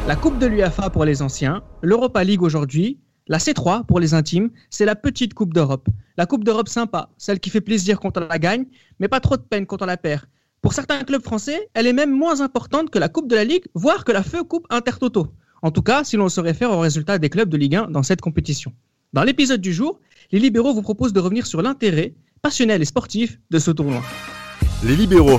La Coupe de l'UEFA pour les anciens, l'Europa League aujourd'hui, la C3 pour les intimes, c'est la petite Coupe d'Europe. La Coupe d'Europe sympa, celle qui fait plaisir quand on la gagne, mais pas trop de peine quand on la perd. Pour certains clubs français, elle est même moins importante que la Coupe de la Ligue, voire que la feu Coupe Intertoto. En tout cas, si l'on se réfère aux résultats des clubs de Ligue 1 dans cette compétition. Dans l'épisode du jour, les libéraux vous proposent de revenir sur l'intérêt passionnel et sportif de ce tournoi. Les libéraux.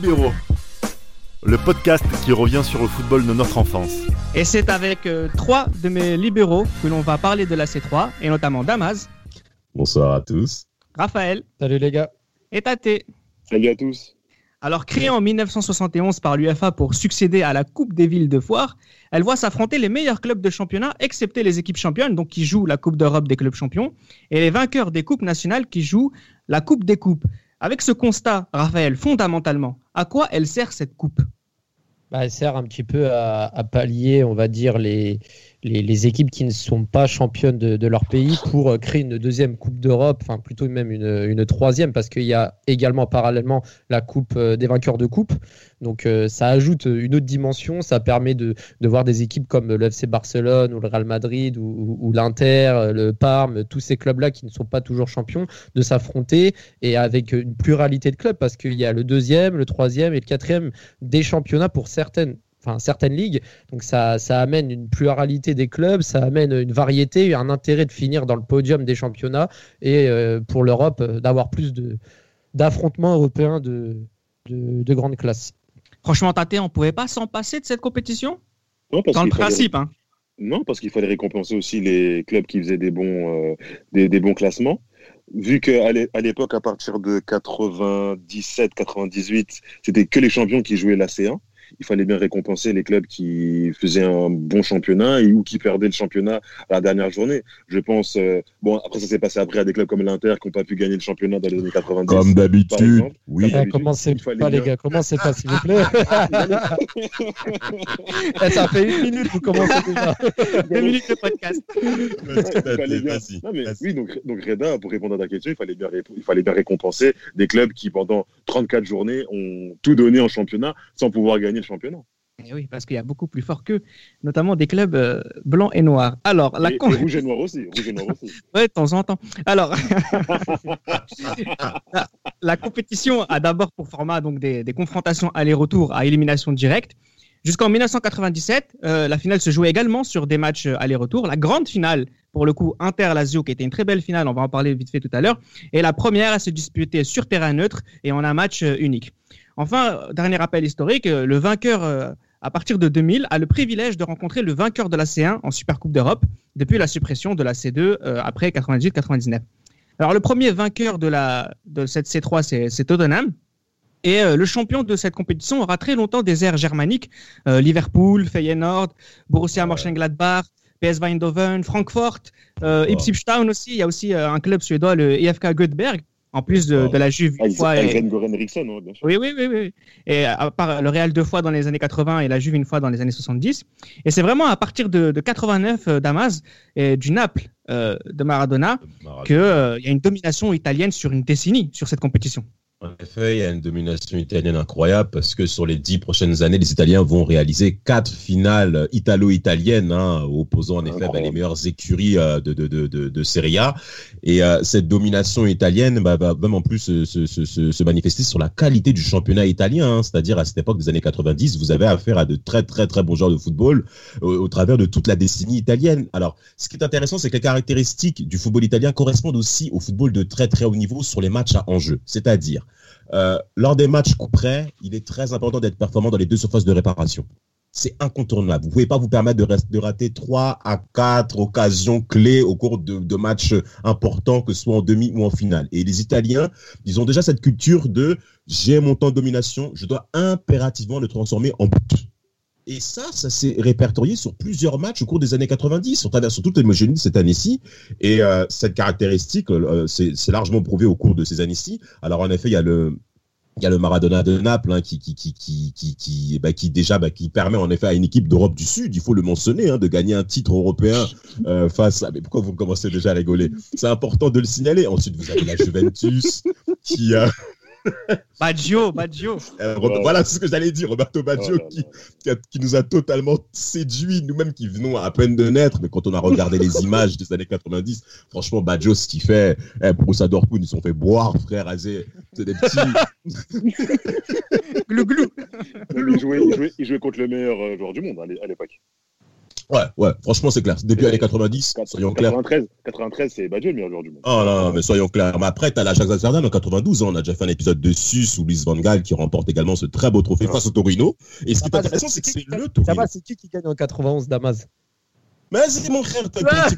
Le podcast qui revient sur le football de notre enfance. Et c'est avec trois de mes libéraux que l'on va parler de la C3, et notamment Damas. Bonsoir à tous. Raphaël. Salut les gars. Et Tate. Salut à tous. Alors, créée en 1971 par l'UEFA pour succéder à la Coupe des villes de foire, elle voit s'affronter les meilleurs clubs de championnat, excepté les équipes championnes, donc qui jouent la Coupe d'Europe des clubs champions, et les vainqueurs des coupes nationales qui jouent la Coupe des coupes. Avec ce constat, Raphaël, fondamentalement, à quoi elle sert cette coupe ? Elle sert un petit peu à pallier, on va dire, les équipes qui ne sont pas championnes de leur pays pour créer une deuxième Coupe d'Europe, enfin plutôt même une troisième, parce qu'il y a également parallèlement la Coupe des vainqueurs de coupe. Donc ça ajoute une autre dimension, ça permet de voir des équipes comme le FC Barcelone ou le Real Madrid ou l'Inter, le Parme, tous ces clubs-là qui ne sont pas toujours champions, de s'affronter, et avec une pluralité de clubs, parce qu'il y a le deuxième, le troisième et le quatrième des championnats pour certaines ligues. Donc ça amène une pluralité des clubs, ça amène une variété, un intérêt de finir dans le podium des championnats, et pour l'Europe d'avoir plus d'affrontements européens de grande classe. Franchement, Tate, on ne pouvait pas s'en passer de cette compétition ? Non, dans le principe. Non, parce qu'il fallait récompenser aussi les clubs qui faisaient des bons classements. Vu qu'à l'époque, à partir de 97-98, c'était que les champions qui jouaient la C1. Il fallait bien récompenser les clubs qui faisaient un bon championnat ou qui perdaient le championnat à la dernière journée. Je pense, après ça s'est passé après à des clubs comme l'Inter qui n'ont pas pu gagner le championnat dans les années 90. Comme d'habitude, oui. Commencez pas les gars, commencez pas s'il vous plaît. Ça fait 1 minute, vous commencez déjà. 2 minutes de podcast. Oui, donc Reda, pour répondre à ta question, il fallait bien récompenser des clubs qui pendant 34 journées ont tout donné en championnat sans pouvoir gagner le championnat. Et oui, parce qu'il y a beaucoup plus fort qu'eux, notamment des clubs blancs et noirs. Alors, et rouge et noir aussi. Oui, de temps en temps. Alors, la compétition a d'abord pour format donc, des confrontations aller-retour à élimination directe. Jusqu'en 1997, la finale se jouait également sur des matchs aller-retour. La grande finale, pour le coup, Inter-Lazio, qui était une très belle finale, on va en parler vite fait tout à l'heure, et la première à se disputer sur terrain neutre et en un match unique. Enfin, dernier rappel historique, le vainqueur à partir de 2000 a le privilège de rencontrer le vainqueur de la C1 en Supercoupe d'Europe depuis la suppression de la C2 après 98-99. Alors le premier vainqueur de cette C3, c'est Tottenham. Et le champion de cette compétition aura très longtemps des airs germaniques. Liverpool, Feyenoord, Borussia Mönchengladbach, PSV Eindhoven, Francfort, Ipswich Town aussi. Il y a aussi un club suédois, le IFK Göteborg. En plus de la Juve une fois. Goran Eriksson, bien sûr. Oui. Et à part le Real 2 fois dans les années 80 et la Juve une fois dans les années 70. Et c'est vraiment à partir de 89, Damas, et du Naples de Maradona, qu'il y a une domination italienne sur une décennie sur cette compétition. En effet, il y a une domination italienne incroyable parce que sur les 10 prochaines années, les Italiens vont réaliser 4 finales italo-italiennes, opposant en effet les meilleures écuries de Serie A. Et cette domination italienne va même en plus se manifester sur la qualité du championnat italien. C'est-à-dire à cette époque des années 90, vous avez affaire à de très très très bons joueurs de football au travers de toute la décennie italienne. Alors, ce qui est intéressant, c'est que les caractéristiques du football italien correspondent aussi au football de très très haut niveau sur les matchs à enjeu. C'est-à-dire lors des matchs coup près, il est très important d'être performant dans les 2 surfaces de réparation. C'est incontournable. Vous ne pouvez pas vous permettre de rater 3 à 4 occasions clés au cours de matchs importants, que ce soit en demi ou en finale. Et les Italiens, ils ont déjà cette culture de « j'ai mon temps de domination, je dois impérativement le transformer en but ». Et ça s'est répertorié sur plusieurs matchs au cours des années 90, sur toute l'homogénéité de cette année-ci. Et cette caractéristique, c'est largement prouvé au cours de ces années-ci. Alors en effet, il y a le Maradona de Naples qui permet en effet à une équipe d'Europe du Sud, il faut le mentionner, de gagner un titre européen face à... Mais pourquoi vous commencez déjà à rigoler ? C'est important de le signaler. Ensuite, vous avez la Juventus qui Baggio. Voilà, c'est ce que j'allais dire. Roberto Baggio qui nous a totalement séduits, nous-mêmes qui venons à peine de naître. Mais quand on a regardé les images des années 90, franchement, Baggio, ce qu'il fait, Borussia Dortmund, ils se sont fait boire, frère. C'est des petits. Glou. Il jouait contre le meilleur joueur du monde à l'époque. Ouais, franchement, c'est clair. Depuis les années 90, soyons clairs. 93, c'est Baggio le meilleur joueur du monde. Oh non, mais soyons clairs. Mais après, t'as l'Ajax Amsterdam en 92. On a déjà fait un épisode dessus sous Louis Van Gaal qui remporte également ce très beau trophée face au Torino. Et ce qui est intéressant, c'est que c'est le Torino. Damas, c'est qui gagne en 91, Damas? Mais c'est mon frère,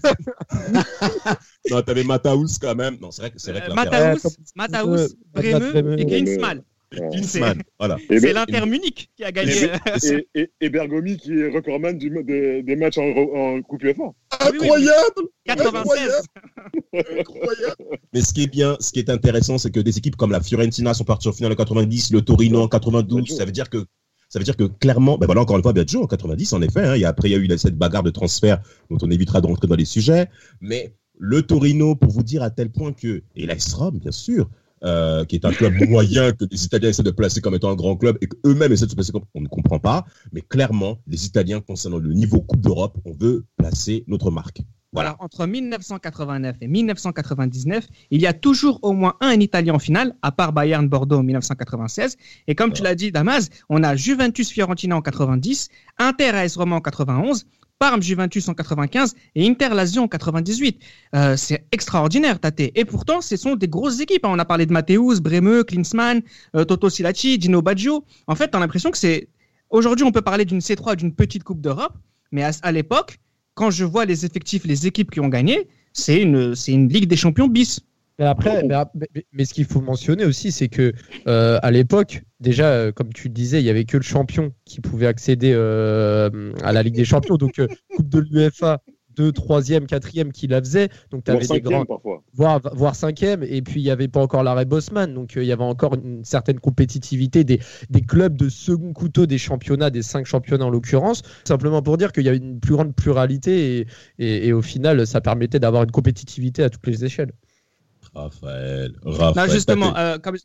non, t'avais Mataus quand même. Non, c'est vrai que Mataus, Bremeux et Klinsmann. Voilà. C'est l'Inter Munich qui a gagné. Et Bergomi qui est recordman des matchs en Coupe UEFA. Incroyable. 96. Incroyable. Mais ce qui est intéressant, c'est que des équipes comme la Fiorentina sont parties en finale en 90, le Torino en 92. Ça veut dire que clairement, voilà, encore une fois, Baggio en 90, en effet. Et après, il y a eu cette bagarre de transfert dont on évitera de rentrer dans les sujets. Mais le Torino, pour vous dire à tel point que, et l'AS Rome, bien sûr, qui est un club moyen que les Italiens essaient de placer comme étant un grand club et qu'eux-mêmes essaient de se placer comme on ne comprend pas. Mais clairement, les Italiens, concernant le niveau Coupe d'Europe, on veut placer notre marque. Voilà. Alors, entre 1989 et 1999, il y a toujours au moins un Italien en finale, à part Bayern Bordeaux en 1996. Et comme tu l'as dit, Damas, on a Juventus Fiorentina en 90, Inter AS Roma en 91, Parme Juventus en 95 et Inter Lazio en 98. C'est extraordinaire, Tate. Et pourtant, ce sont des grosses équipes. On a parlé de Matteus, Bremeux, Klinsmann, Toto Silacci, Dino Baggio. En fait, on a l'impression que c'est... Aujourd'hui, on peut parler d'une C3, d'une petite Coupe d'Europe, mais à l'époque, quand je vois les effectifs, les équipes qui ont gagné, c'est une Ligue des Champions bis. Mais ce qu'il faut mentionner aussi, c'est que à l'époque, déjà, comme tu le disais, il y avait que le champion qui pouvait accéder à la Ligue des Champions. Donc, Coupe de l'UEFA, 2, 3e, 4e qui la faisait. Donc, tu avais des grands, voire 5e. Et puis, il n'y avait pas encore l'arrêt Bosman. Donc, il y avait encore une certaine compétitivité des clubs de second couteau des championnats, des 5 championnats en l'occurrence. Simplement pour dire qu'il y avait une plus grande pluralité et au final, ça permettait d'avoir une compétitivité à toutes les échelles. Raphaël. Non, justement, comme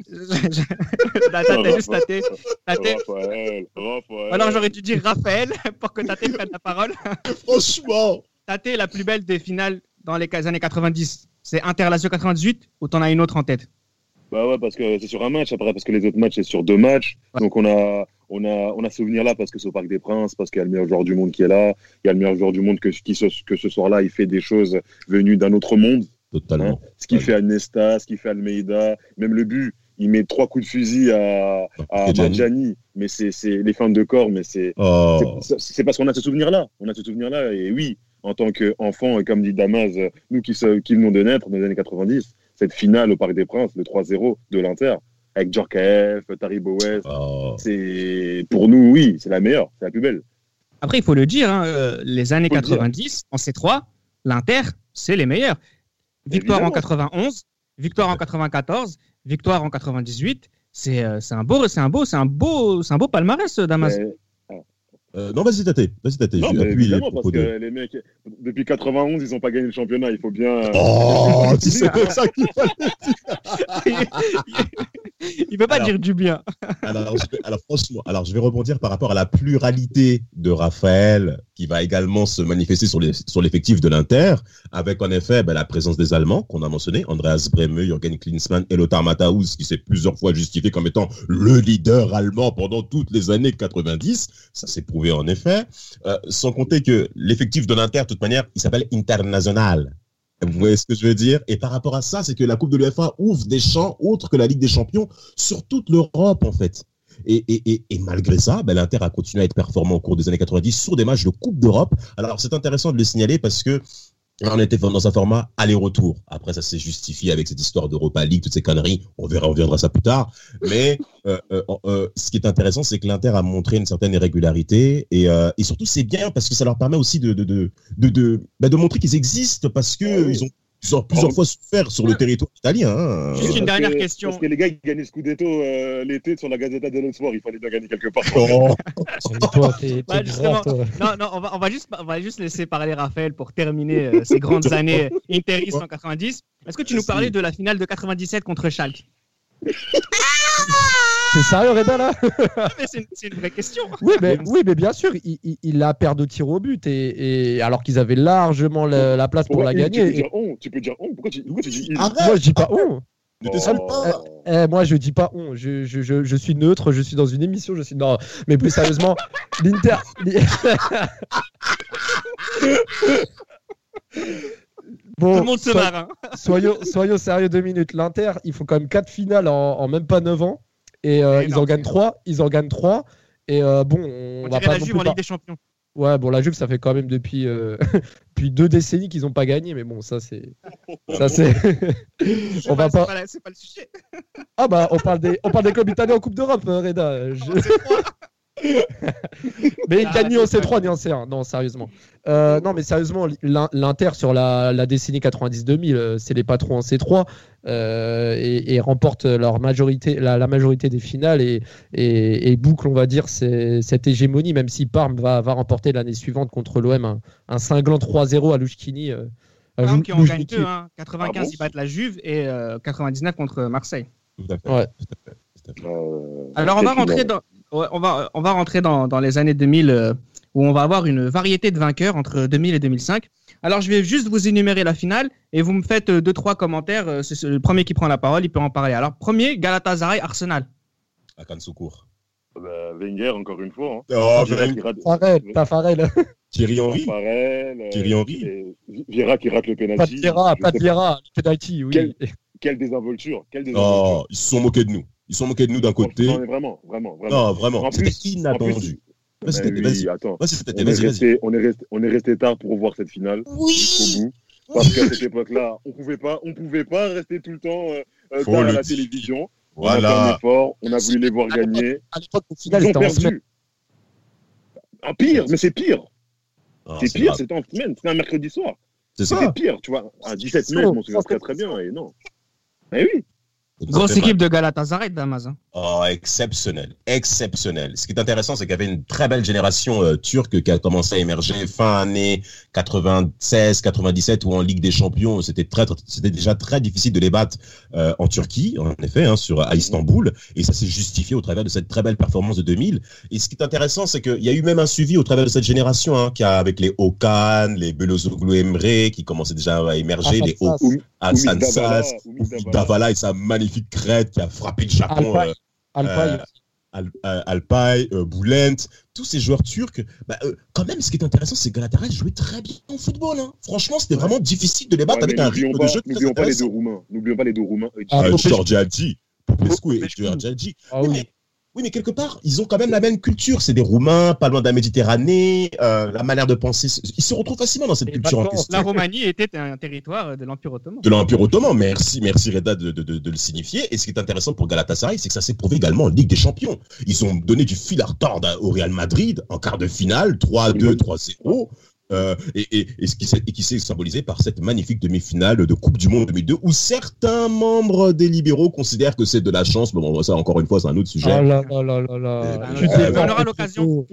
t'as juste Tate. Raphaël. Alors j'aurais dû dire Raphaël pour que Tate prenne la parole. Franchement. Tate, la plus belle des finales dans les années 90, c'est Inter Lazio 98 ou t'en as une autre en tête? Bah ouais, parce que c'est sur un match, après parce que les autres matchs c'est sur 2 matchs. Ouais. Donc on a ce souvenir là parce que c'est au Parc des Princes, parce qu'il y a le meilleur joueur du monde qui est là, il y a le meilleur joueur du monde que ce soir-là il fait des choses venues d'un autre monde. Totalement. Ce qu'il fait à Nesta, ce qu'il fait à Almeida, même le but, il met 3 coups de fusil à Margiani, mais c'est les feintes de corps, mais c'est parce qu'on a ce souvenir-là. On a ce souvenir-là, et oui, en tant qu'enfant, et comme dit Damas, nous qui venons de naître dans les années 90, cette finale au Parc des Princes, le 3-0 de l'Inter, avec Djorkaeff, Taribo West, c'est pour nous, oui, c'est la meilleure, c'est la plus belle. Après, il faut le dire, les années 90, en C3, l'Inter, c'est les meilleurs. Victoire évidemment. En 91, victoire en 94, victoire en 98. C'est un beau palmarès, Damas. Non, vas-y, Tate. Non, mais évidemment, parce que les mecs, depuis 91, ils n'ont pas gagné le championnat. Il faut bien. Oh, tu sais comme ça qu'il fallait. Il ne peut pas dire du bien. Alors, franchement, je vais rebondir par rapport à la pluralité de Raphaël, qui va également se manifester sur l'effectif de l'Inter, avec en effet la présence des Allemands qu'on a mentionné, Andreas Brehme, Jürgen Klinsmann et Lothar Matthäus, qui s'est plusieurs fois justifié comme étant le leader allemand pendant toutes les années 90. Ça s'est prouvé en effet. Sans compter que l'effectif de l'Inter, de toute manière, il s'appelle International. Vous voyez ce que je veux dire? Et par rapport à ça, c'est que la Coupe de l'UEFA ouvre des champs autres que la Ligue des Champions sur toute l'Europe, en fait. Et malgré ça, l'Inter a continué à être performant au cours des années 90 sur des matchs de Coupe d'Europe. Alors, c'est intéressant de le signaler parce que on était dans un format aller-retour. Après, ça s'est justifié avec cette histoire d'Europa League, toutes ces conneries. On reviendra ça plus tard. Mais ce qui est intéressant, c'est que l'Inter a montré une certaine irrégularité et surtout, c'est bien parce que ça leur permet aussi de montrer qu'ils existent parce que ils ont plusieurs fois souffert sur le territoire italien. Juste une dernière question. Parce que les gars, ils gagnaient Scudetto l'été sur la Gazzetta dello Sport. Il fallait bien gagner quelque part. On va juste laisser parler Raphaël pour terminer ces grandes années interistes en 90. Est-ce que tu nous parlais de la finale de 97 contre Schalke? C'est sérieux, Reda, là? Mais c'est une vraie question. Oui, mais bien sûr, il a perdu de tir au but, et alors qu'ils avaient largement la place pour la gagner. Tu peux dire on. Pourquoi tu dis il? Moi, je dis pas on. Ne te sale pas. Moi, je dis pas on. Je suis neutre, je suis dans une émission, Non, mais plus sérieusement, l'Inter. Bon, tout le monde se marre. soyons sérieux 2 minutes. L'Inter, il faut quand même 4 finales en même pas 9 ans. Et ils en gagnent 3. Et bon, on va pas la Juve en Ligue des Champions. Ouais, bon, la Juve, ça fait quand même depuis 2 décennies qu'ils n'ont pas gagné. Mais bon, ça, c'est. On va pas. C'est pas le sujet. Ah, bah, on parle des clubs italiens en Coupe d'Europe, Reda. Mais ils gagnent ni en C3 ni en C1. Non, sérieusement. Non, mais sérieusement, l'Inter sur la décennie 90-2000, c'est les patrons en C3 et remportent la majorité des finales et boucle, on va dire, cette hégémonie, même si Parme va remporter l'année suivante contre l'OM un cinglant 3-0 à Lushkini. Parme qui en gagne 2, 95 ils battent la Juve et 99 contre Marseille. Tout à fait. Ouais. Alors on va rentrer dans les années 2000 où on va avoir une variété de vainqueurs entre 2000 et 2005. Alors je vais juste vous énumérer la finale et vous me faites 2-3 commentaires. C'est le premier qui prend la parole, il peut en parler. Alors premier, Galatasaray Arsenal. Akan Soukour. Wenger encore une fois. Pas Farrell. Thierry Henry. Thierry Henry. Vieira qui rate le penalty. Pas de Vieira, le penalty, oui. Quelle désinvolture. Oh, ils se sont moqués de nous. Ils se sont moqués de nous d'un côté. Non, mais vraiment. Non, vraiment. C'était inattendu. Attends. On est resté tard pour voir cette finale jusqu'au bout. Parce qu'à cette époque-là, on pouvait pas rester tout le temps tard à la télévision. Voilà. On a fait un effort, on a voulu les voir gagner. À l'époque, au final, ils ont c'était en semaine. Pire, mais c'est pire. C'est pire, c'était en semaine. C'était un mercredi soir. C'était pire, tu vois. À 17 mai, je m'en souviens très bien. Et non. Mais oui. Grosse équipe de Galatasaray, Damas. Oh, exceptionnel. Ce qui est intéressant, c'est qu'il y avait une très belle génération turque qui a commencé à émerger fin année 96-97 où en Ligue des Champions, c'était déjà très difficile de les battre en Turquie, en effet, à Istanbul. Et ça s'est justifié au travers de cette très belle performance de 2000. Et ce qui est intéressant, c'est qu'il y a eu même un suivi au travers de cette génération, avec les Okan, les Belozoglu Emre qui commençaient déjà à émerger, les Hassan Sass, Davala et sa magnifique crête qui a frappé le Japon. Alpay, Bülent, tous ces joueurs turcs. Quand même, ce qui est intéressant, c'est que Galatasaray jouait très bien au football. Franchement, c'était vraiment difficile de les battre avec un rythme de jeu très intéressant. N'oublions pas les deux Roumains. Georgi Hadji, Popescu et Georgi Hadji. Oui, mais quelque part, ils ont quand même la même culture. C'est des Roumains, pas loin de la Méditerranée, la manière de penser. Ils se retrouvent facilement dans cette culture en question. La Roumanie était un territoire de l'Empire ottoman. De l'Empire ottoman, merci Reda de le signifier. Et ce qui est intéressant pour Galatasaray, c'est que ça s'est prouvé également en Ligue des Champions. Ils ont donné du fil à retordre au Real Madrid en quart de finale, 3-2, 3-0. Et qui s'est symbolisé par cette magnifique demi-finale de Coupe du Monde 2002 où certains membres des libéraux considèrent que c'est de la chance. Mais bon, ça, encore une fois, c'est un autre sujet. Oh là. On aura l'occasion.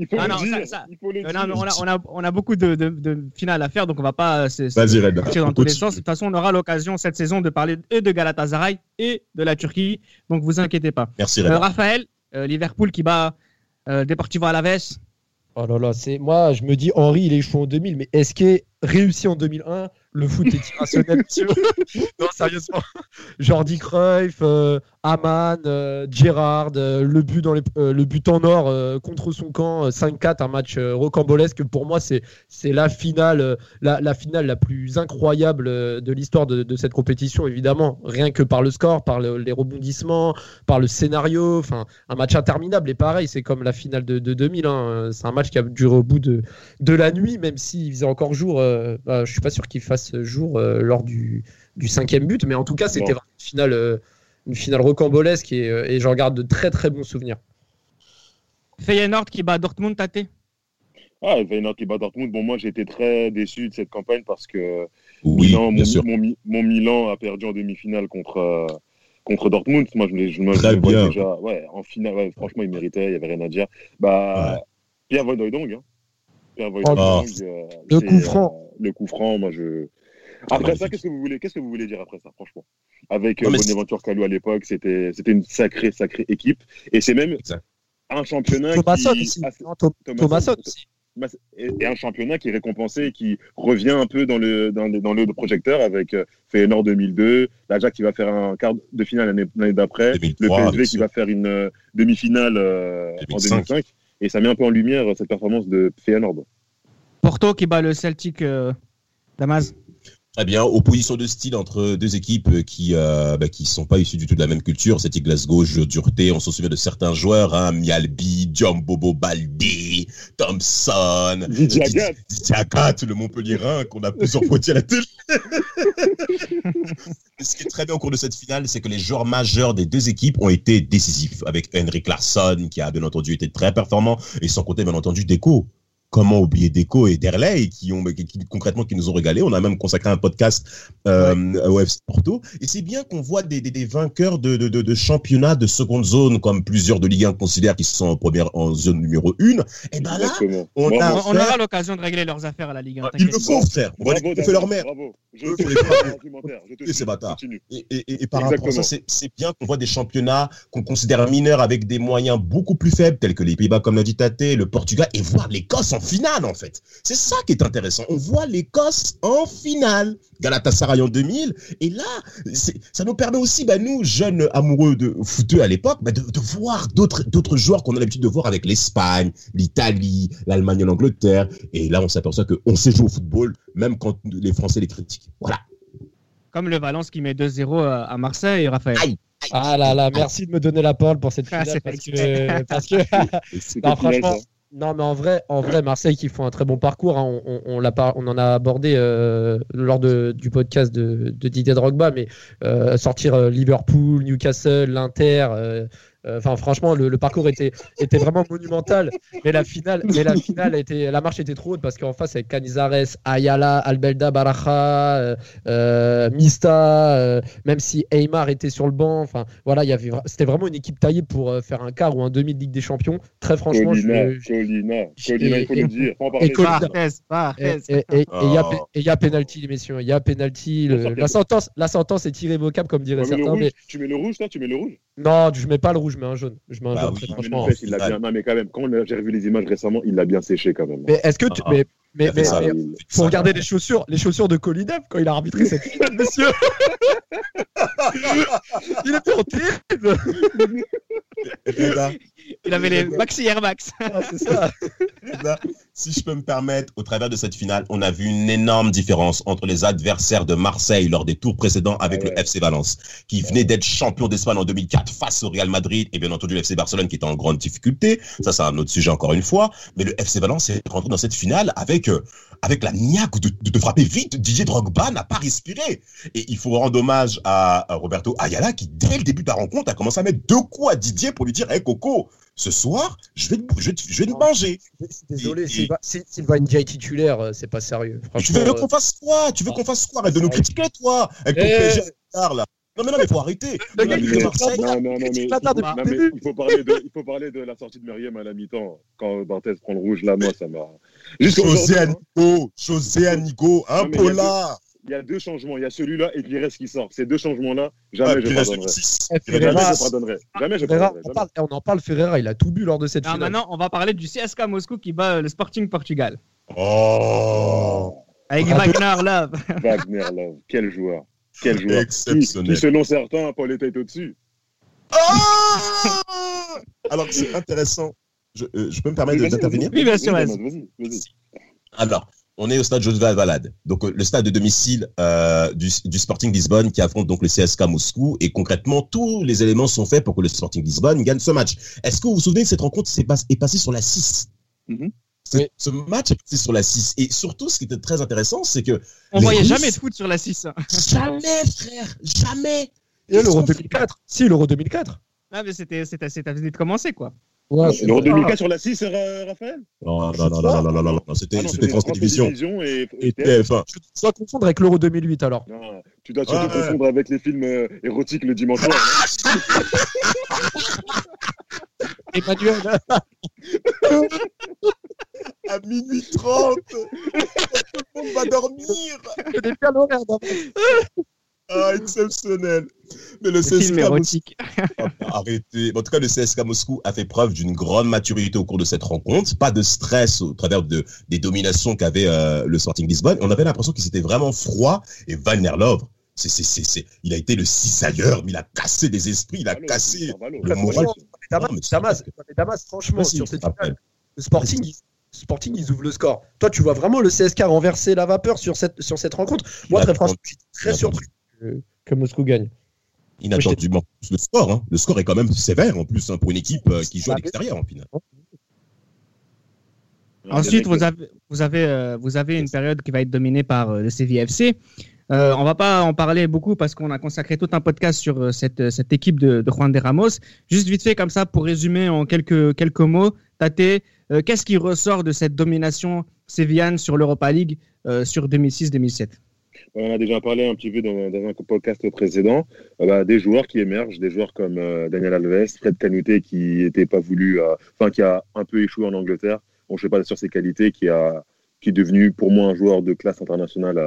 On a beaucoup de finales à faire, donc on va pas Vas-y, Red. Dans tous les sens. De toute façon, on aura l'occasion cette saison de parler et de Galatasaray et de la Turquie, donc vous inquiétez pas. Merci, Red. Raphaël, Liverpool qui bat Deportivo Alaves. Oh là là, moi je me dis Henry il échoue en 2000, mais est-ce qu'il est réussi en 2001? Le foot est irrationnel, monsieur. Non, sérieusement. Jordi Cruyff, Aman, Gerrard, le but en or contre son camp, 5-4, un match rocambolesque. Pour moi, c'est la finale la plus incroyable de l'histoire de cette compétition, évidemment. Rien que par le score, par les rebondissements, par le scénario. Enfin, un match interminable. Et pareil, c'est comme la finale de 2000. C'est un match qui a duré au bout de la nuit, même s'il faisait encore jour. Je suis pas sûr qu'il fasse jour lors du 5e but, mais en tout cas c'était vraiment une finale rocambolesque et j'en garde de très très bons souvenirs. Feyenoord qui bat Dortmund, Tate. Feyenoord qui bat Dortmund. Bon, moi j'ai été très déçu de cette campagne parce que mon Milan a perdu en demi-finale contre Dortmund. Moi je le vois déjà en finale. Franchement il méritait, il n'y avait rien à dire. Pierre Van Hooijdonk. Le coup franc. Le coup franc, moi je. Après ça, qu'est-ce que vous voulez dire après ça, franchement? avec Bonaventure Kalou à l'époque. C'était une sacrée équipe. Et c'est même un championnat Thomasson aussi. Thomasson aussi. Et un championnat qui est récompensé et qui revient un peu dans le projecteur avec Feyenoord 2002, l'Ajax qui va faire un quart de finale l'année d'après, 2003, le PSV qui va faire une demi-finale en 2005. Et ça met un peu en lumière cette performance de Feyenoord. Porto qui bat le Celtic Damas. Très bien, opposition de style entre deux équipes qui sont pas issues du tout de la même culture. C'était Glasgow, jeu de dureté. On se souvient de certains joueurs, Mialbi, Djambobo Baldé, Thompson, Diagat, le Montpellierin qu'on a plusieurs fois dit à la télé. Ce qui est très bien au cours de cette finale, c'est que les joueurs majeurs des deux équipes ont été décisifs. Avec Henrik Larsson qui a bien entendu été très performant et sans compter bien entendu Deco. Comment oublier Deco et Derley qui concrètement qui nous ont régalé. On a même consacré un podcast au FC Porto. Et c'est bien qu'on voit des vainqueurs de championnats de seconde zone, comme plusieurs de Ligue 1 considèrent qu'ils sont en zone numéro 1. Et ben là, on aura l'occasion de régler leurs affaires à la Ligue 1. Ils le font, frère. On va fait leur mère. Bravo. Ces bâtards. Et par rapport à ça, c'est bien qu'on voit des championnats qu'on considère mineurs avec des moyens beaucoup plus faibles, tels que les Pays-Bas, comme l'a dit Tate, le Portugal, et voir l'Écosse en finale, en fait. C'est ça qui est intéressant. On voit l'Écosse en finale. Galatasaray en 2000. Et là, ça nous permet aussi, nous, jeunes amoureux de footeux à l'époque, de voir d'autres joueurs qu'on a l'habitude de voir avec l'Espagne, l'Italie, l'Allemagne, l'Angleterre. Et là, on s'aperçoit qu'on sait jouer au football, même quand les Français les critiquent. Voilà. Comme le Valence qui met 2-0 à Marseille, Raphaël. Aïe. Ah là là, merci de me donner la parole pour cette finale parce que non, franchement. Non, mais en vrai, Marseille qui font un très bon parcours. Hein. On en a abordé lors du podcast de Didier Drogba, mais sortir Liverpool, Newcastle, l'Inter. Franchement, le parcours était vraiment monumental, mais la finale la marche était trop haute parce qu'en face avec Canizares, Ayala, Albelda, Baraja, Mista, même si Aymar était sur le banc, voilà, c'était vraiment une équipe taillée pour faire un quart ou un demi de Ligue des Champions. Très franchement, Colina, il faut le dire. Et il y a penalty, les messieurs, il y a penalty. La sentence est irrévocable, comme dirait certains. Tu mets le rouge, toi, tu mets le rouge? Non, je mets pas le rouge, je mets un jaune. Je mets un jaune, oui, franchement. Il l'a bien, mais quand même, quand j'ai revu les images récemment, il l'a bien séché quand même. Mais est-ce que tu. Mais faut regarder les chaussures de Kolinev quand il a arbitré cette finale, messieurs. Il était en terrible. Il avait les Maxi Air Max. C'est ça. Si je peux me permettre, au travers de cette finale, on a vu une énorme différence entre les adversaires de Marseille lors des tours précédents avec le FC Valence, qui venait d'être champion d'Espagne en 2004 face au Real Madrid, et bien entendu le FC Barcelone qui était en grande difficulté. Ça, c'est un autre sujet encore une fois. Mais le FC Valence est rentré dans cette finale avec la niaque de frapper vite. Didier Drogba n'a pas respiré. Et il faut rendre hommage à Roberto Ayala qui, dès le début de la rencontre, a commencé à mettre 2 coups à Didier pour lui dire « Hey Coco, ce soir, je vais te manger. » Désolé, Sylvain Ndiaye titulaire, c'est pas sérieux. Tu veux qu'on fasse quoi? Arrête de nous critiquer, toi, avec ton PSG là. Non, mais il faut arrêter. Non, mais il faut parler de la sortie de Meriem à la mi-temps. Quand Barthez prend le rouge, là, moi, ça m'a... José Anigo, un Paula. Il y a 2 changements. Il y a celui-là et Pires qui sort. Ces 2 changements-là, jamais je pardonnerai. Jamais je pardonnerai. On en parle, Ferreira, il a tout bu lors de cette finale. Maintenant, on va parler du CSKA Moscou qui bat le Sporting Portugal. Oh. Avec Wagner Love. Wagner Love, quel joueur. Exceptionnel. Qui, selon certains, Paul était au-dessus. Alors, c'est intéressant. Je peux me permettre d'intervenir? Oui, bien sûr. Vas-y. Alors, on est au stade José Alvalade, donc le stade de domicile du Sporting Lisbonne qui affronte donc le CSKA Moscou, et concrètement tous les éléments sont faits pour que le Sporting Lisbonne gagne ce match. Est-ce que vous vous souvenez que cette rencontre est passée sur la 6? Ce match est passé sur la 6, et surtout ce qui était très intéressant, c'est que on voyait jamais de foot sur la 6. Jamais, frère, jamais. Et l'Euro 2004? Si, l'Euro 2004. Ah, mais c'était de commencer, quoi. Ouais, l'Euro 2004 sur la 6, Raphaël? Non, c'était France Télévisions et TF1. Tu dois confondre avec l'Euro 2008 alors. Non, tu dois surtout confondre avec les films érotiques le dimanche soir. Emmanuel. À minuit 30, tout le monde va dormir. Je n'ai pas l'horaire d'avant. Ah, exceptionnel. Mais le film CSKA érotique. arrêtez. En tout cas, le CSKA Moscou a fait preuve d'une grande maturité au cours de cette rencontre. Pas de stress au travers des dominations qu'avait le Sporting Lisbonne. On avait l'impression qu'il s'était vraiment froid. Et Van der Love, il a été le cisailleur, mais il a cassé des esprits, il a cassé le moral. Damas, franchement, sur cette finale, le Sporting, ils ouvrent le score. Toi, tu vois vraiment le CSKA renverser la vapeur sur cette rencontre. Moi, très franchement, je suis très surpris que Moscou gagne. Inattendument plus le score. Hein. Le score est quand même sévère en plus pour une équipe qui joue à l'extérieur en finale. Ensuite, vous avez une période qui va être dominée par le CVFC. On va pas en parler beaucoup parce qu'on a consacré tout un podcast sur cette équipe de Juan de Ramos. Juste vite fait comme ça pour résumer en quelques mots, Tate, qu'est-ce qui ressort de cette domination sévillane sur l'Europa League sur 2006-2007? On a déjà parlé un petit peu dans un podcast précédent. Des joueurs qui émergent, des joueurs comme Daniel Alves, Fred Canute qui n'était pas voulu, qui a un peu échoué en Angleterre. Bon, je ne sais pas sur ses qualités, qui est devenu pour moi un joueur de classe internationale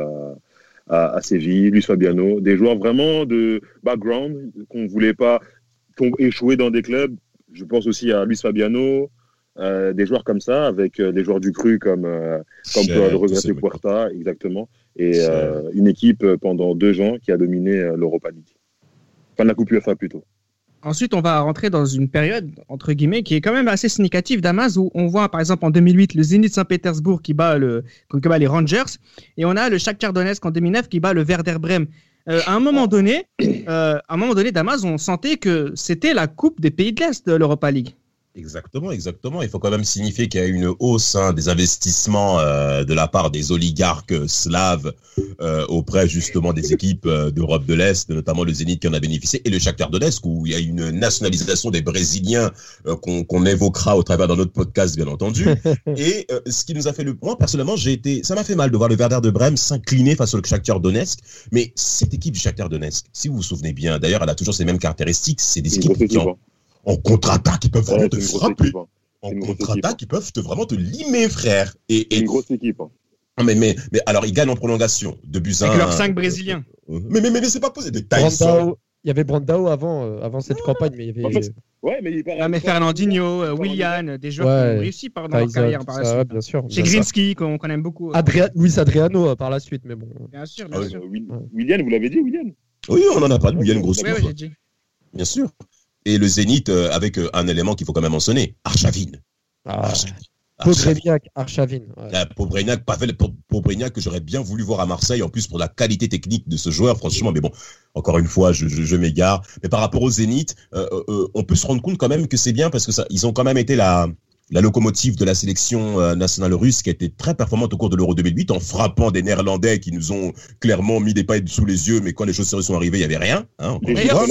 à Séville, Luis Fabiano, des joueurs vraiment de background qu'on voulait pas, qui ont échoué dans des clubs. Je pense aussi à Luis Fabiano, des joueurs comme ça, avec des joueurs du cru comme le regretté Puerta, exactement, et une équipe pendant 2 ans qui a dominé l'Europa League. Enfin, la Coupe UEFA plutôt. Ensuite, on va rentrer dans une période, entre guillemets, qui est quand même assez significative d'Amas, où on voit, par exemple, en 2008, le Zénith Saint-Pétersbourg qui bat les Rangers, et on a le Shakhtar Donetsk en 2009 qui bat le Werder Brême. À un moment donné, d'Amas, on sentait que c'était la Coupe des pays de l'Est de l'Europa League. Exactement. Il faut quand même signifier qu'il y a eu une hausse des investissements de la part des oligarques slaves auprès justement des équipes d'Europe de l'Est, notamment le Zénith qui en a bénéficié, et le Shakhtar Donetsk où il y a une nationalisation des Brésiliens qu'on évoquera au travers d'un autre podcast, bien entendu. Et ce qui nous a fait moi personnellement, ça m'a fait mal de voir le Werder de Brême s'incliner face au Shakhtar Donetsk. Mais cette équipe du Shakhtar Donetsk, si vous vous souvenez bien, d'ailleurs, elle a toujours ces mêmes caractéristiques. C'est des équipes qui en contre-attaque, ils peuvent vraiment te frapper. En contre-attaque, ils peuvent vraiment te limer, frère. Et une grosse équipe. Mais alors, ils gagnent en prolongation. 2-1. Avec leurs 5 Brésiliens. Mais c'est pas possible. Des Tyson. Il y avait Brandao avant cette campagne, mais il y avait. Mais Fernandinho, Willian, des joueurs qui ont réussi dans leur carrière par la suite. Bien sûr. Chez Grinsky, qu'on aime beaucoup. Luis Adriano par la suite, mais bon. Bien sûr. Willian, vous l'avez dit, Willian? Oui, on en a parlé. Willian, grosse coupe. Oui, j'ai dit. Bien sûr. Et le Zénith avec un élément qu'il faut quand même mentionner, Arshavin. Pobreňák, Arshavin. Pobreňák que j'aurais bien voulu voir à Marseille, en plus pour la qualité technique de ce joueur, franchement. Mais bon, encore une fois, je m'égare. Mais par rapport au Zénith, on peut se rendre compte quand même que c'est bien parce que ils ont quand même été la locomotive de la sélection nationale russe qui a été très performante au cours de l'Euro 2008 en frappant des Néerlandais qui nous ont clairement mis des paillettes sous les yeux, mais quand les choses sérieuses sont arrivées, il n'y avait rien. D'ailleurs,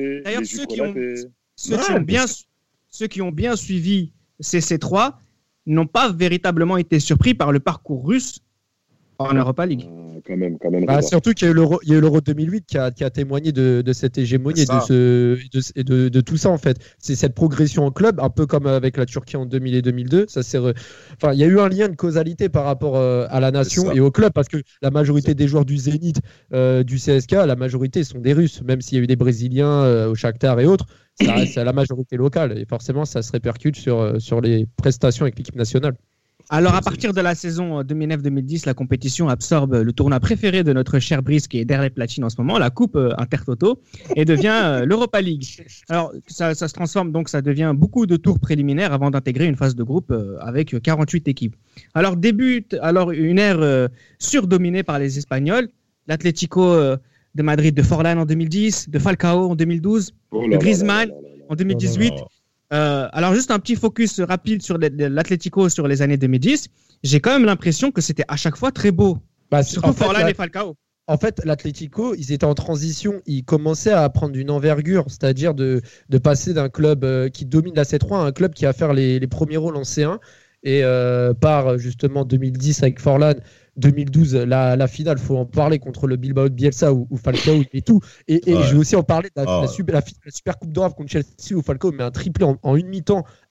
ceux qui ont bien suivi CC3 n'ont pas véritablement été surpris par le parcours russe en Europa League. Quand même. Surtout qu'il y a eu l'Euro 2008 qui a témoigné de cette hégémonie et de tout ça en fait. C'est cette progression en club, un peu comme avec la Turquie en 2000 et 2002. Il y a eu un lien de causalité par rapport à la nation et au club parce que la majorité des joueurs du Zénith, du CSKA, la majorité sont des Russes, même s'il y a eu des Brésiliens au Shakhtar et autres. Ça reste à la majorité locale et forcément ça se répercute sur les prestations avec l'équipe nationale. Alors, à partir de la saison 2009-2010, la compétition absorbe le tournoi préféré de notre cher Brice, qui est derrière les platines en ce moment, la Coupe Intertoto, et devient l'Europa League. Alors, ça se transforme, donc ça devient beaucoup de tours préliminaires avant d'intégrer une phase de groupe avec 48 équipes. Alors, débute une ère surdominée par les Espagnols, l'Atlético de Madrid de Forlán en 2010, de Falcao en 2012, de Griezmann en 2018. Alors juste un petit focus rapide sur l'Atlético sur les années 2010. J'ai quand même l'impression que c'était à chaque fois très beau. Surtout Forlán et Falcao. En fait, l'Atlético, ils étaient en transition. Ils commençaient à prendre une envergure, c'est-à-dire de passer d'un club qui domine la C3 à un club qui va faire les premiers rôles en C1. Et par justement 2010 avec Forlán, 2012, la finale, il faut en parler contre le Bilbao de Bielsa où Falcao et tout. Et je vais aussi en parler de la Super Coupe d'Europe contre Chelsea où Falcao met un triplé en une mi-temps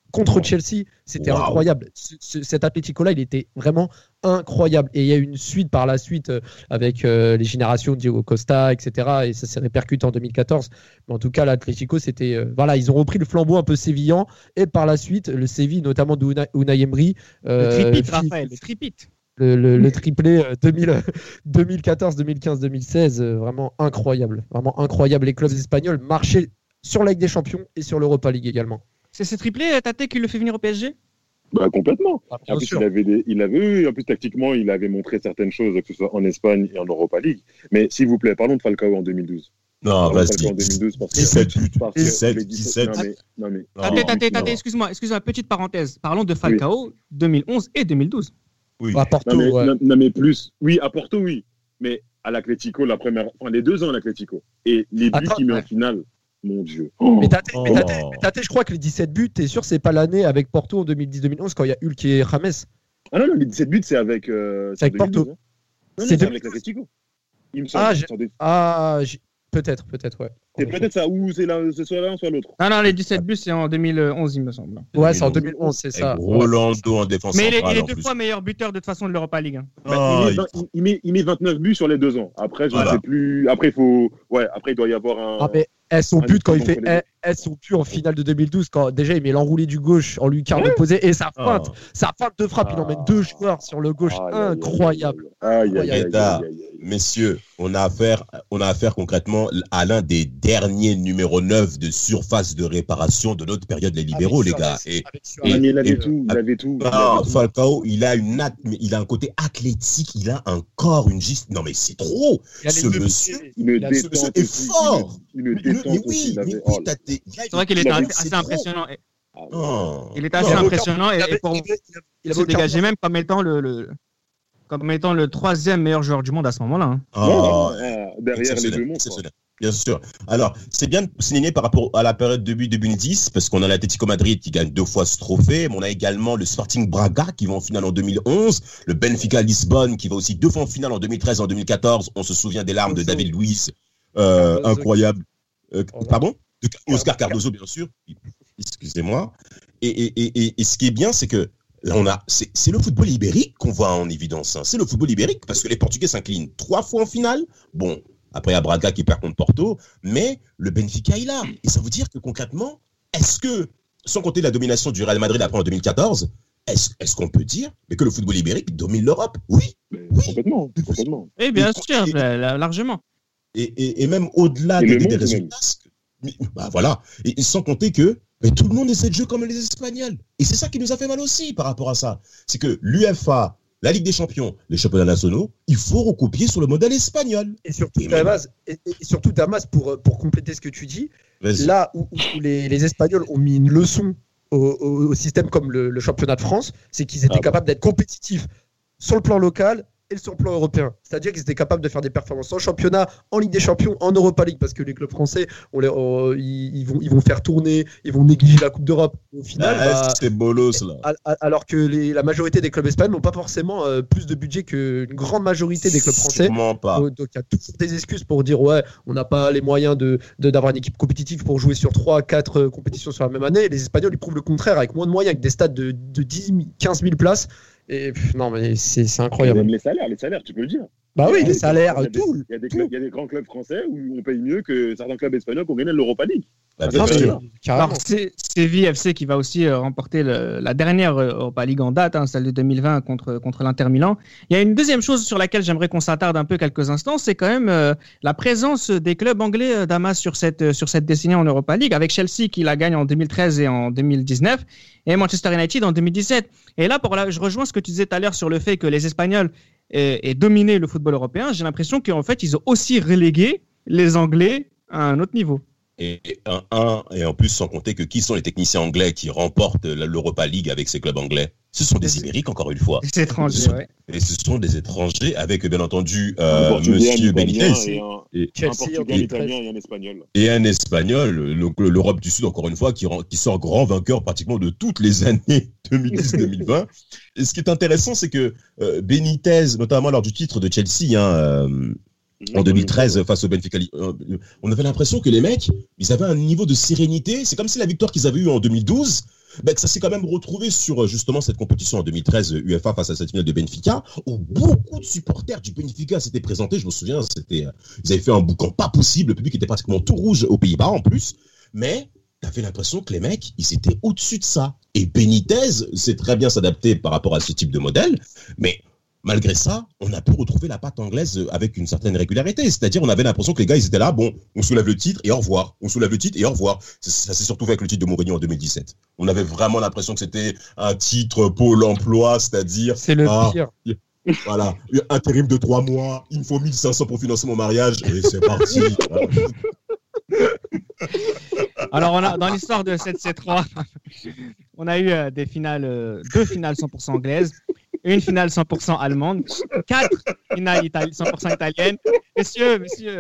contre Chelsea, c'était incroyable. Cet Atlético-là, il était vraiment incroyable. Et il y a eu une suite par la suite avec les générations de Diego Costa, etc. Et ça s'est répercuté en 2014. Mais en tout cas, l'Atlético, c'était... voilà, ils ont repris le flambeau un peu sévillan. Et par la suite, le Séville, notamment de Unai Emery... le tripit, Raphaël, le tripit. Le triplé 2014, 2015, 2016, vraiment incroyable. Vraiment incroyable. Les clubs espagnols marchaient sur la Ligue des Champions et sur l'Europa League également. C'est ce triplé, Tate, qui le fait venir au PSG ? Bah, complètement. Bien sûr. En plus, tactiquement, il avait montré certaines choses, que ce soit en Espagne et en Europa League. Mais s'il vous plaît, parlons de Falcao en 2012. Non, vas-y. En 2012, parce que 17. Tate, excuse-moi, petite parenthèse. Parlons de Falcao 2011 et 2012. Oui. À Porto, non, mais plus. Oui, à Porto, oui. Mais à l'Atlético, les 2 ans à l'Atlético. Et les buts qu'il met en finale, mon Dieu. Mais Tate, je crois que les 17 buts, t'es sûr, c'est pas l'année avec Porto en 2010-2011 quand il y a Hulk et James. Ah non, les 17 buts, c'est avec Porto. 2012, hein. Non, c'est avec l'Atlético. Il me semble. Peut-être, ouais. C'est peut-être ça, ou c'est soit l'un, soit l'autre. Non, les 17 buts, c'est en 2011, il me semble. Ouais, c'est en 2011, c'est ça. Rolando en défense mais centrale. il est 2 fois meilleur buteur de toute façon de l'Europa League. Il met 29 buts sur les 2 ans. Après, je ne sais plus. Après, il doit y avoir un. Ah, mais son but quand il fait son but en finale de 2012, quand déjà il met l'enroulé du gauche en lucarne opposée et sa feinte de frappe, il emmène 2 joueurs sur le gauche, incroyable. Messieurs, on a affaire concrètement à l'un des derniers numéro 9 de surface de réparation de notre période les libéraux, les gars. Il avait tout. Falcao, il a un côté athlétique, il a un corps, une geste. Non mais c'est trop. Ce monsieur est fort. C'est vrai qu'il était assez impressionnant. Il était assez impressionnant et pour il se dégageait même comme étant le 3e meilleur joueur du monde à ce moment-là. Derrière les 2 mondes. Bien sûr. Alors, c'est bien de souligner par rapport à la période début 2010, parce qu'on a l'Atlético Madrid qui gagne 2 fois ce trophée, mais on a également le Sporting Braga qui va en finale en 2011, le Benfica Lisbonne qui va aussi 2 fois en finale en 2013 et en 2014. On se souvient des larmes de David Luiz, incroyable. Pardon ? Oscar Cardozo, bien sûr. Excusez-moi. Et ce qui est bien, c'est que là, c'est le football ibérique qu'on voit en évidence. Hein. C'est le football ibérique parce que les Portugais s'inclinent 3 fois en finale. Bon, après, il y a Braga qui perd contre Porto, mais le Benfica est là. Et ça veut dire que concrètement, est-ce que, sans compter la domination du Real Madrid après en 2014, est-ce qu'on peut dire que le football ibérique domine l'Europe ? Oui. Complètement. Et bien sûr, largement. Et même au-delà des résultats, voilà. Et sans compter que tout le monde essaie de jouer comme les Espagnols. Et c'est ça qui nous a fait mal aussi par rapport à ça. C'est que l'UEFA, la Ligue des Champions, les championnats nationaux, il faut recopier sur le modèle espagnol. Et surtout, Damas, pour compléter ce que tu dis, là où les Espagnols ont mis une leçon au système comme le championnat de France, c'est qu'ils étaient capables d'être compétitifs sur le plan local et sur le plan européen. C'est-à-dire qu'ils étaient capables de faire des performances en championnat, en Ligue des Champions, en Europa League, parce que les clubs français, ils vont faire tourner, ils vont négliger la Coupe d'Europe. Au final, c'est bolos là. Alors que la majorité des clubs espagnols n'ont pas forcément plus de budget qu'une grande majorité des clubs français. Sûrement pas. Donc il y a toujours des excuses pour dire on n'a pas les moyens d'avoir une équipe compétitive pour jouer sur 3-4 compétitions sur la même année. Les Espagnols, ils prouvent le contraire avec moins de moyens, avec des stades de 10 000, 15 000 places. Et non, mais c'est incroyable. Même les salaires, tu peux le dire. Bah oui, les salaires, tout. Il y a des grands clubs français où on paye mieux que certains clubs espagnols qui ont gagné l'Europa League. Alors, c'est Séville FC qui va aussi remporter la dernière Europa League en date, celle de 2020 contre l'Inter Milan. Il y a une deuxième chose sur laquelle j'aimerais qu'on s'attarde un peu quelques instants, c'est quand même la présence des clubs anglais, Damas, sur cette décennie en Europa League, avec Chelsea qui la gagne en 2013 et en 2019, et Manchester United en 2017. Et là, je rejoins ce que tu disais tout à l'heure sur le fait que les Espagnols aient dominé le football européen. J'ai l'impression qu'en fait, ils ont aussi relégué les Anglais à un autre niveau. Et en plus, sans compter que qui sont les techniciens anglais qui remportent l'Europa League avec ces clubs anglais ? Ce sont des Ibériques, encore une fois. Des étrangers, ouais. Et ce sont des étrangers avec, bien entendu, Monsieur Benitez. Un Portugais, un Italien et un Espagnol. Et un Espagnol, donc l'Europe du Sud, encore une fois, qui sort grand vainqueur pratiquement de toutes les années 2010-2020. Et ce qui est intéressant, c'est que Benitez, notamment lors du titre de Chelsea, en 2013 face au Benfica, on avait l'impression que les mecs, ils avaient un niveau de sérénité. C'est comme si la victoire qu'ils avaient eue en 2012, que ça s'est quand même retrouvé sur justement cette compétition en 2013 UEFA face à cette finale de Benfica, où beaucoup de supporters du Benfica s'étaient présentés. Je me souviens, ils avaient fait un boucan pas possible. Le public était pratiquement tout rouge aux Pays-Bas en plus. Mais t'avais l'impression que les mecs, ils étaient au-dessus de ça. Et Benitez sait très bien s'adapter par rapport à ce type de modèle, mais malgré ça, on a pu retrouver la patte anglaise avec une certaine régularité. C'est-à-dire, on avait l'impression que les gars, ils étaient là, bon, on soulève le titre et au revoir. On soulève le titre et au revoir. Ça s'est surtout fait avec le titre de Mourinho en 2017. On avait vraiment l'impression que c'était un titre Pôle emploi, c'est-à-dire... C'est le pire. Voilà, intérim de 3 mois, il me faut 1500 pour financer mon mariage, et c'est parti. Alors, dans l'histoire de cette C3, on a eu 2 finales 100% anglaises, une finale 100% allemande, 4 finales 100% italiennes, messieurs,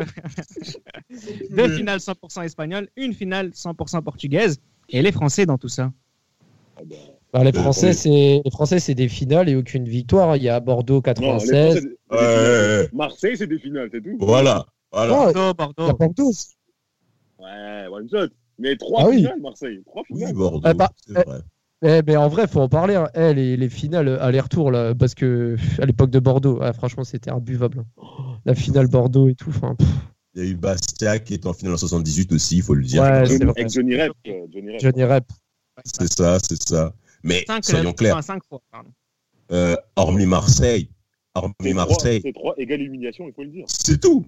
2 finales 100% espagnoles, une finale 100% portugaise, et les Français dans tout ça. Les Français, c'est des finales et aucune victoire. Il y a Bordeaux 96. Marseille, c'est des finales, c'est tout. Voilà. Bordeaux. Il y a Bordeaux. Ouais, one shot. Mais 3 finales, Marseille. 3 finales. Oui, Bordeaux, c'est vrai. Mais en vrai, il faut en parler. Les finales aller-retour, là, parce que à l'époque de Bordeaux, franchement, c'était imbuvable. La finale Bordeaux et tout. Il y a eu Bastia qui est en finale en 78 aussi, il faut le dire. Ouais, avec Johnny Rep. C'est ça. Mais soyons clairs. 5 fois, pardon. Hormis Marseille. C'est 3 égale élimination, il faut le dire. C'est tout.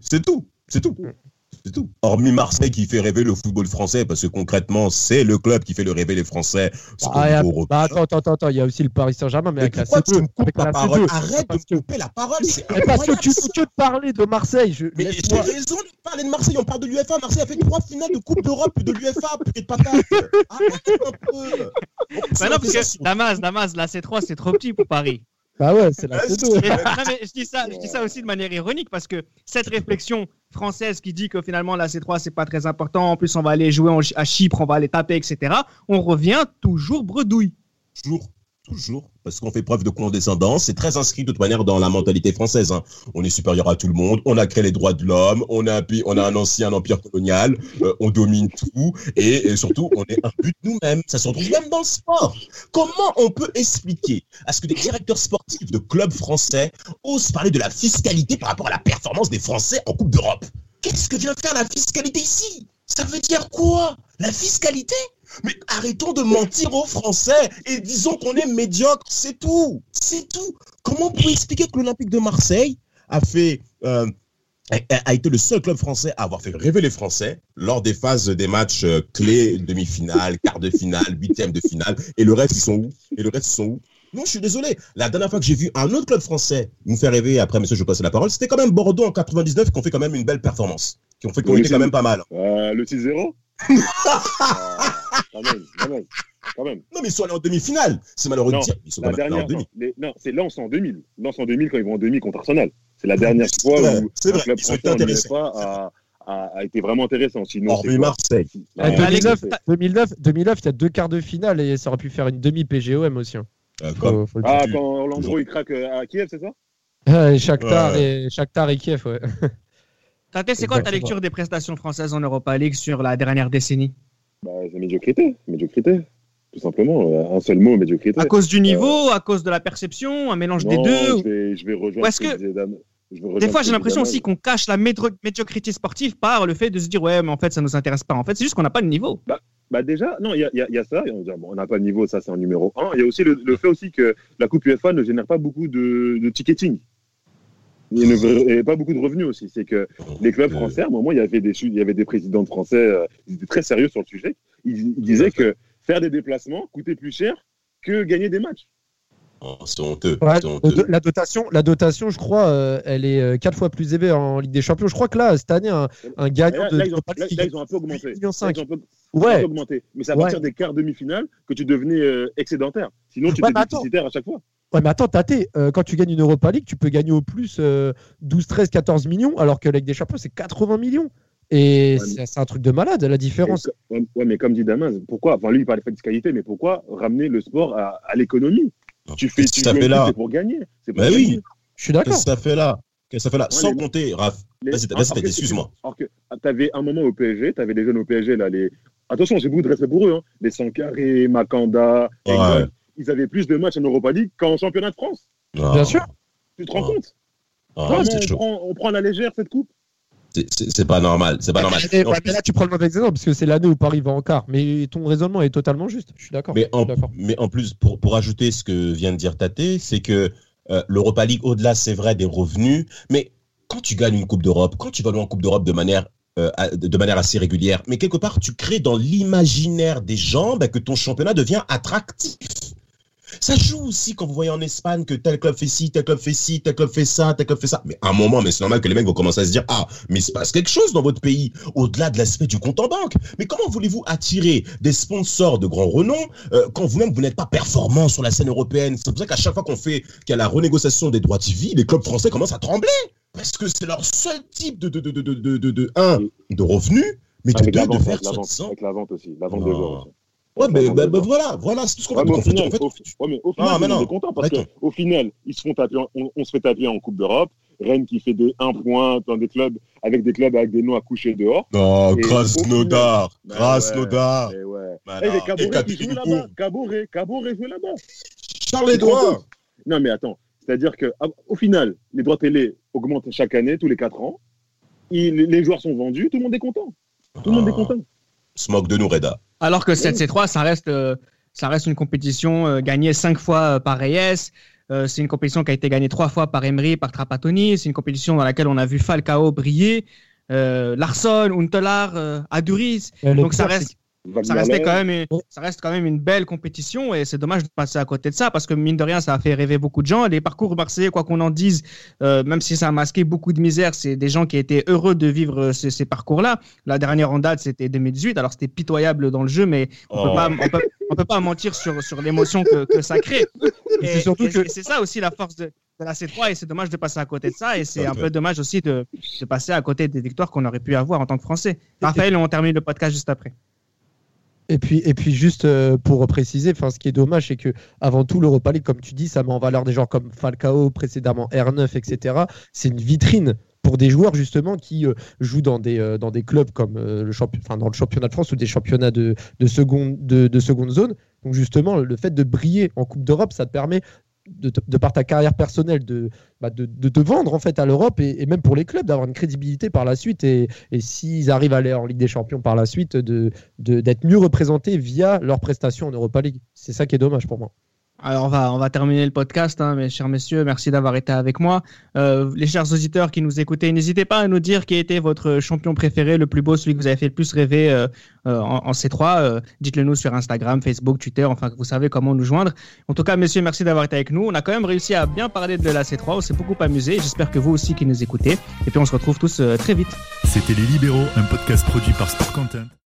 Hormis Marseille qui fait rêver le football français, parce que concrètement, c'est le club qui fait rêver les Français. Attends, il y a aussi le Paris Saint-Germain, mais avec la C2. Arrête de me couper la parole. Parce que tu fais que de parler de Marseille. Mais j'ai raison de parler de Marseille. On parle de l'UEFA. Marseille a fait 3 finales de Coupe d'Europe de l'UEFA. Putain de patate. Arrête un peu. Non, parce que Damas, la C3, c'est trop petit pour Paris. Bah ouais, c'est la C2. Non, mais je dis ça aussi de manière ironique, parce que cette réflexion française qui dit que finalement la C3 c'est pas très important, en plus on va aller jouer à Chypre, on va aller taper, etc. On revient toujours bredouille. Toujours, parce qu'on fait preuve de condescendance. C'est très inscrit de toute manière dans la mentalité française. On est supérieur à tout le monde, on a créé les droits de l'homme, on a un ancien empire colonial, on domine tout, et surtout, on est un but nous-mêmes. Ça se retrouve même dans le sport. Comment on peut expliquer à ce que des directeurs sportifs de clubs français osent parler de la fiscalité par rapport à la performance des Français en Coupe d'Europe? Qu'est-ce que vient faire la fiscalité ici? Ça veut dire quoi? La fiscalité? Mais arrêtons de mentir aux Français et disons qu'on est médiocre, c'est tout. Comment on peut expliquer que l'Olympique de Marseille a été le seul club français à avoir fait rêver les Français lors des phases des matchs clés, demi-finale, quart de finale, huitième de finale, et le reste, ils sont où? Non, je suis désolé. La dernière fois que j'ai vu un autre club français nous faire rêver, après, monsieur, je passe la parole, c'était quand même Bordeaux en 99 qui ont fait quand même une belle performance, qui ont été quand même pas mal. Le 6-0 quand même. Non, mais ils sont allés en demi-finale. C'est malheureux de dire. Ils sont la dernière, en demi. Non, c'est Lens en 2000. Lens en 2000 quand ils vont en demi contre Arsenal. C'est la dernière fois où le club français en UEFA a été vraiment intéressant. Sinon, hormis Marseille. 2009, il y a 2 quarts de finale et ça aurait pu faire une demi PGOM aussi. Quand Orlando il craque à Kiev, c'est ça? Shakhtar et Kiev, ouais. Tate, c'est quoi ta lecture des prestations françaises en Europa League sur la dernière décennie? C'est médiocrité, tout simplement. Un seul mot, médiocrité. À cause du niveau, à cause de la perception, un mélange des deux? Je vais rejoindre ce que disait Dan. Des fois, j'ai l'impression aussi qu'on cache la médiocrité sportive par le fait de se dire ouais, mais en fait, ça nous intéresse pas. En fait, c'est juste qu'on n'a pas de niveau. Déjà, non, il y a ça. On n'a pas de niveau, ça c'est en numéro 1. Il y a aussi le fait aussi que la Coupe UEFA ne génère pas beaucoup de ticketing. Il n'y avait pas beaucoup de revenus aussi. C'est que les clubs français, à un moment, il y avait des présidents français, ils étaient très sérieux sur le sujet. Ils disaient que faire des déplacements coûtait plus cher que gagner des matchs. Oh, c'est honteux. Ouais, la dotation, je crois, elle est 4 fois plus élevée en Ligue des Champions. Je crois que là, cette année, un gagnant là, ils ont un peu augmenté. Ils ont un peu augmenté. Mais c'est à partir des quarts demi-finales que tu devenais excédentaire. Sinon, tu étais déficitaire à chaque fois. Ouais, mais attends, Tate, quand tu gagnes une Europa League, tu peux gagner au plus 12, 13, 14 millions, alors que la Ligue des Champions, c'est 80 millions. Et c'est un truc de malade, la différence. Mais comme dit Damas, pourquoi, enfin lui, il parlait de fiscalité, mais pourquoi ramener le sport à l'économie? Tu fais là. C'est pour gagner. C'est pour gagner. Oui, je suis d'accord. Qu'est-ce que ça fait là? Sans compter, Raph. Vas-y, excuse-moi. Alors que tu avais un moment au PSG, tu avais les jeunes au PSG, là, attention, j'ai beaucoup de respect pour eux. Hein. Les Sankaré, Makanda, ils avaient plus de matchs en Europa League qu'en championnat de France. Bien sûr. Tu te rends compte? On prend à la légère cette coupe. C'est pas normal. C'est pas normal. Mais là, tu prends le mauvais exemple parce que c'est l'année où Paris va en quart. Mais ton raisonnement est totalement juste. Je suis d'accord. Mais en plus, pour ajouter ce que vient de dire Tate, c'est que l'Europa League, au-delà, c'est vrai, des revenus, mais quand tu gagnes une Coupe d'Europe, quand tu vas loin en Coupe d'Europe de manière assez régulière, mais quelque part, tu crées dans l'imaginaire des gens que ton championnat devient attractif. Ça joue aussi quand vous voyez en Espagne que tel club fait ci, tel club fait ci, tel club fait ça, tel club fait ça. Mais à un moment, c'est normal que les mecs vont commencer à se dire « Ah, mais il se passe quelque chose dans votre pays, au-delà de l'aspect du compte en banque. » Mais comment voulez-vous attirer des sponsors de grand renom quand vous-même, vous n'êtes pas performant sur la scène européenne? C'est pour ça qu'à chaque fois qu'il y a la renégociation des droits TV, les clubs français commencent à trembler. Parce que c'est leur seul type de revenus, mais de faire ça. Avec la vente aussi, la vente de joueurs aussi. Ouais, mais voilà, c'est tout ce qu'on va au final, on est content parce qu'au final, ils se font taper, on se fait taper en Coupe d'Europe. Rennes qui fait des 1 point dans des clubs avec des noms à coucher dehors. Oh, Krasnodar. Krasnodar. Et Caboret qui joue là-bas. Caboret joue là-bas. Charles-Édouard. Non, mais attends. C'est-à-dire qu'au final, les droits télé augmentent chaque année, tous les 4 ans. Les joueurs sont vendus, tout le monde est content. Tout le monde est content. Se moque de nous, Reda. Alors que 7C3, ça reste une compétition gagnée 5 fois par Reyes. C'est une compétition qui a été gagnée 3 fois par Emery, par Trapattoni. C'est une compétition dans laquelle on a vu Falcao briller, Larsson, Huntelaar, Aduriz. Donc ça reste quand même une belle compétition et c'est dommage de passer à côté de ça parce que mine de rien ça a fait rêver beaucoup de gens. Les parcours marseillais, quoi qu'on en dise, même si ça a masqué beaucoup de misère, c'est des gens qui étaient heureux de vivre ces parcours-là. La dernière en date c'était 2018, alors c'était pitoyable dans le jeu, mais on peut pas mentir sur l'émotion que ça crée. Et c'est ça aussi la force de la C3 et c'est dommage de passer à côté de ça et c'est un peu dommage aussi de passer à côté des victoires qu'on aurait pu avoir en tant que Français. Raphaël, on termine le podcast juste après. Et puis juste pour préciser, ce qui est dommage, c'est que avant tout l'Europa League, comme tu dis, ça met en valeur des joueurs comme Falcao, précédemment R9, etc. C'est une vitrine pour des joueurs justement qui jouent dans des clubs comme dans le championnat de France ou des championnats de seconde zone. Donc justement, le fait de briller en Coupe d'Europe, ça te permet de par ta carrière personnelle de te vendre en fait à l'Europe et même pour les clubs d'avoir une crédibilité par la suite et s'ils arrivent à aller en Ligue des Champions par la suite d'être mieux représentés via leurs prestations en Europa League. C'est ça qui est dommage pour moi. Alors on va terminer le podcast, mes chers messieurs, merci d'avoir été avec moi. Les chers auditeurs qui nous écoutaient, n'hésitez pas à nous dire qui était votre champion préféré, le plus beau, celui que vous avez fait le plus rêver en C3. Dites-le nous sur Instagram, Facebook, Twitter, enfin vous savez comment nous joindre. En tout cas, messieurs, merci d'avoir été avec nous. On a quand même réussi à bien parler de la C3, on s'est beaucoup amusé. J'espère que vous aussi qui nous écoutez. Et puis on se retrouve tous très vite. C'était Les Libéraux, un podcast produit par Sport Content.